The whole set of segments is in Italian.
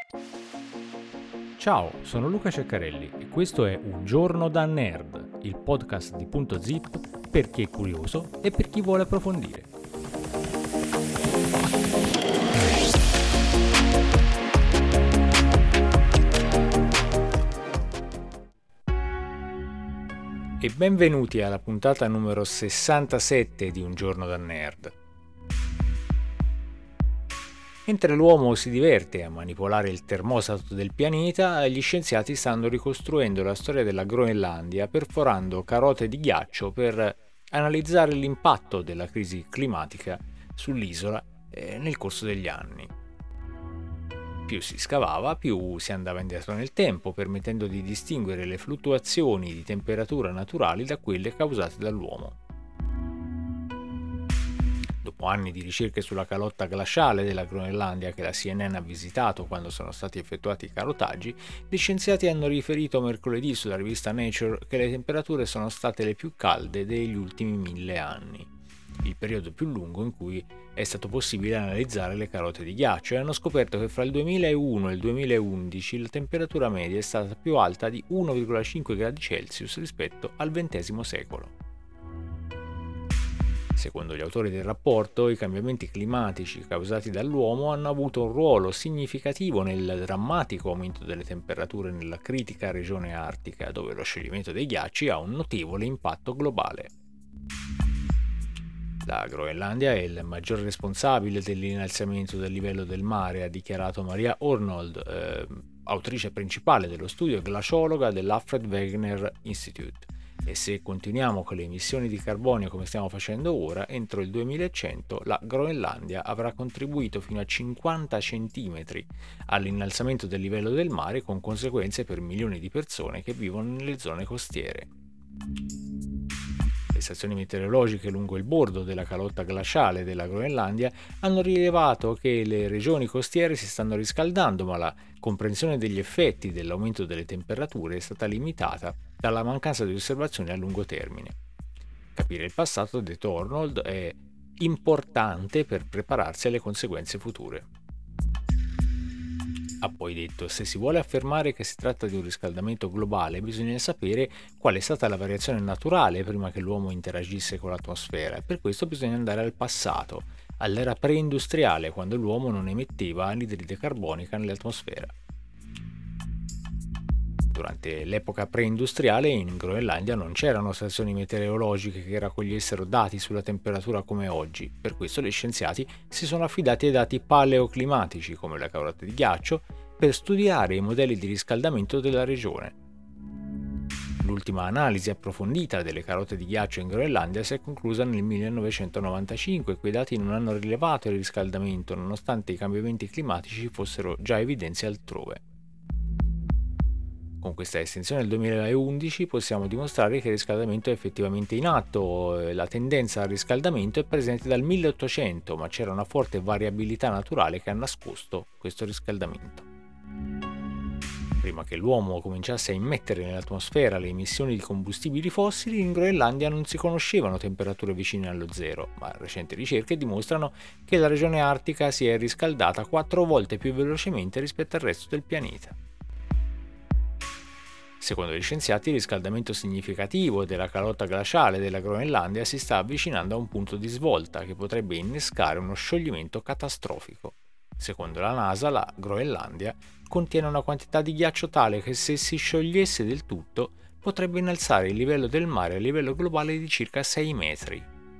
Ciao, sono Luca Ceccarelli e questo è Un giorno da nerd, il podcast di Punto Zip per chi è curioso e per chi vuole approfondire. E benvenuti alla puntata numero 67 di Un giorno da nerd. Mentre l'uomo si diverte a manipolare il termostato del pianeta, gli scienziati stanno ricostruendo la storia della Groenlandia perforando carote di ghiaccio per analizzare l'impatto della crisi climatica sull'isola nel corso degli anni. Più si scavava, più si andava indietro nel tempo, permettendo di distinguere le fluttuazioni di temperatura naturali da quelle causate dall'uomo. Dopo anni di ricerche sulla calotta glaciale della Groenlandia che la CNN ha visitato quando sono stati effettuati i carotaggi, gli scienziati hanno riferito mercoledì sulla rivista Nature che le temperature sono state le più calde degli ultimi 1000 anni, il periodo più lungo in cui è stato possibile analizzare le carote di ghiaccio, e hanno scoperto che fra il 2001 e il 2011 la temperatura media è stata più alta di 1,5 gradi Celsius rispetto al XX secolo. Secondo gli autori del rapporto, i cambiamenti climatici causati dall'uomo hanno avuto un ruolo significativo nel drammatico aumento delle temperature nella critica regione artica, dove lo scioglimento dei ghiacci ha un notevole impatto globale. La Groenlandia è il maggior responsabile dell'innalzamento del livello del mare, ha dichiarato Maria Arnold, autrice principale dello studio e glaciologa dell'Alfred Wegener Institute. E se continuiamo con le emissioni di carbonio come stiamo facendo ora, entro il 2100 la Groenlandia avrà contribuito fino a 50 centimetri all'innalzamento del livello del mare, con conseguenze per milioni di persone che vivono nelle zone costiere. Le stazioni meteorologiche lungo il bordo della calotta glaciale della Groenlandia hanno rilevato che le regioni costiere si stanno riscaldando, ma la comprensione degli effetti dell'aumento delle temperature è stata limitata dalla mancanza di osservazioni a lungo termine. Capire il passato, ha detto Arnold, è importante per prepararsi alle conseguenze future. Ha poi detto: se si vuole affermare che si tratta di un riscaldamento globale, bisogna sapere qual è stata la variazione naturale prima che l'uomo interagisse con l'atmosfera, e per questo bisogna andare al passato, all'era preindustriale, quando l'uomo non emetteva anidride carbonica nell'atmosfera. Durante l'epoca preindustriale in Groenlandia non c'erano stazioni meteorologiche che raccogliessero dati sulla temperatura come oggi, per questo gli scienziati si sono affidati ai dati paleoclimatici, come le carote di ghiaccio, per studiare i modelli di riscaldamento della regione. L'ultima analisi approfondita delle carote di ghiaccio in Groenlandia si è conclusa nel 1995, quei dati non hanno rilevato il riscaldamento nonostante i cambiamenti climatici fossero già evidenzi altrove. Con questa estensione del 2011 possiamo dimostrare che il riscaldamento è effettivamente in atto. La tendenza al riscaldamento è presente dal 1800, ma c'era una forte variabilità naturale che ha nascosto questo riscaldamento. Prima che l'uomo cominciasse a immettere nell'atmosfera le emissioni di combustibili fossili, in Groenlandia non si conoscevano temperature vicine allo zero, ma recenti ricerche dimostrano che la regione artica si è riscaldata 4 volte più velocemente rispetto al resto del pianeta. Secondo gli scienziati, il riscaldamento significativo della calotta glaciale della Groenlandia si sta avvicinando a un punto di svolta che potrebbe innescare uno scioglimento catastrofico. Secondo la NASA, la Groenlandia contiene una quantità di ghiaccio tale che, se si sciogliesse del tutto, potrebbe innalzare il livello del mare a livello globale di circa 6 metri.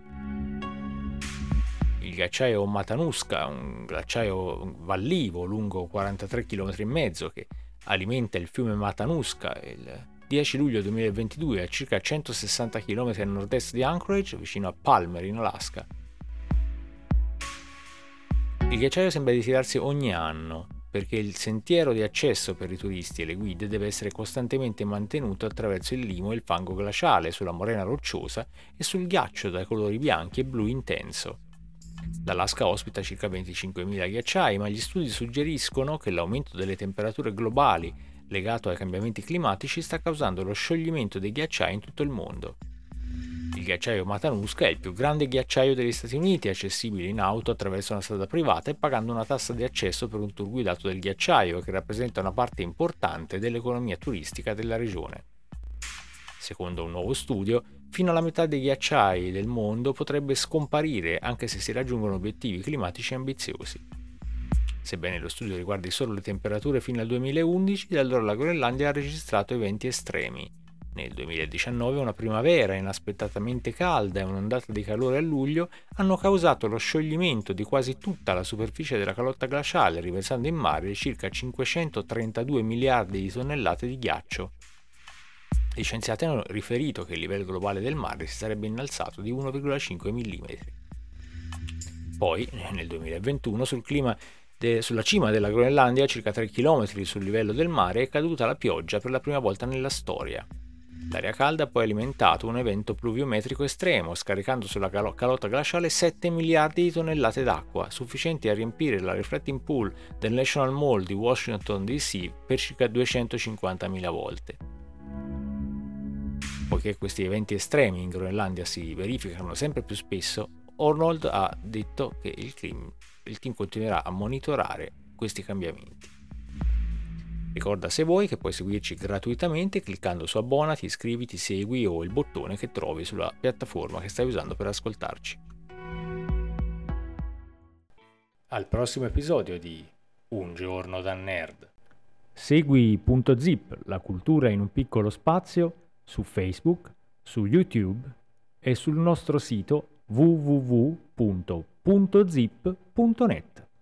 Il ghiacciaio Matanuska, un ghiacciaio vallivo lungo 43,5 km che alimenta il fiume Matanuska, il 10 luglio 2022 a circa 160 km a nord-est di Anchorage, vicino a Palmer in Alaska. Il ghiacciaio sembra ritirarsi ogni anno, perché il sentiero di accesso per i turisti e le guide deve essere costantemente mantenuto attraverso il limo e il fango glaciale, sulla morena rocciosa e sul ghiaccio dai colori bianchi e blu intenso. L'Alaska ospita circa 25.000 ghiacciai, ma gli studi suggeriscono che l'aumento delle temperature globali legato ai cambiamenti climatici sta causando lo scioglimento dei ghiacciai in tutto il mondo. Il ghiacciaio Matanuska è il più grande ghiacciaio degli Stati Uniti, accessibile in auto attraverso una strada privata e pagando una tassa di accesso per un tour guidato del ghiacciaio, che rappresenta una parte importante dell'economia turistica della regione. Secondo un nuovo studio, fino alla metà dei ghiacciai del mondo potrebbe scomparire anche se si raggiungono obiettivi climatici ambiziosi. Sebbene lo studio riguardi solo le temperature fino al 2011, da allora la Groenlandia ha registrato eventi estremi. Nel 2019 una primavera inaspettatamente calda e un'ondata di calore a luglio hanno causato lo scioglimento di quasi tutta la superficie della calotta glaciale, riversando in mare circa 532 miliardi di tonnellate di ghiaccio. Gli scienziati hanno riferito che il livello globale del mare si sarebbe innalzato di 1,5 mm. Poi, nel 2021, sulla cima della Groenlandia, circa 3 km sul livello del mare, è caduta la pioggia per la prima volta nella storia. L'aria calda ha poi alimentato un evento pluviometrico estremo, scaricando sulla calotta glaciale 7 miliardi di tonnellate d'acqua, sufficienti a riempire la reflecting pool del National Mall di Washington DC per circa 250.000 volte. Poiché questi eventi estremi in Groenlandia si verificano sempre più spesso, Arnold ha detto che il team continuerà a monitorare questi cambiamenti. Ricorda, se vuoi, che puoi seguirci gratuitamente cliccando su abbonati, iscriviti, segui o il bottone che trovi sulla piattaforma che stai usando per ascoltarci. Al prossimo episodio di Un giorno da nerd. Segui .zip, la cultura in un piccolo spazio, su Facebook, su YouTube e sul nostro sito www.zip.net.